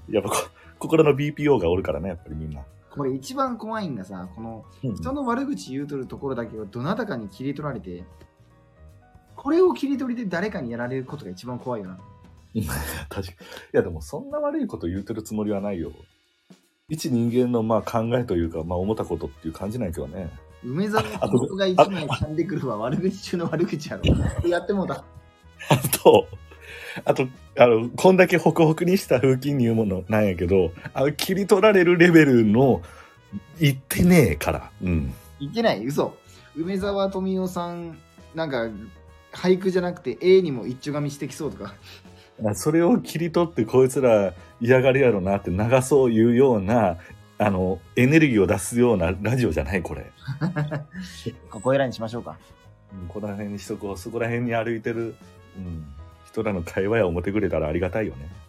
やっぱ心の BPO がおるからね、やっぱりみんな。 これ一番怖いんがさ、この人の悪口言うとるところだけをどなたかに切り取られて、これを切り取りで誰かにやられることが一番怖いよな。 確かに。いやでもそんな悪いこと言うてるつもりはないよ。一人間のまあ考えというか、まあ思ったことっていう感じないけどね。 梅沢のことが一枚噛んでくるわ、悪口中の悪口やろ。やってもうた。 あと、こんだけホクホクにした風紀に言うものなんやけど、切り取られるレベルの言ってねえから。うん。 言ってない、嘘。梅沢富美男さん、なんか、俳句じゃなくて A にも一丁紙してきそうとか。 それを切り取ってこいつら嫌がるやろなって流そういうような、エネルギーを出すようなラジオじゃないこれ。 ここいらにしましょうか。 この辺にしとこう。そこら辺に歩いてる、人らの会話や思ってくれたらありがたいよね。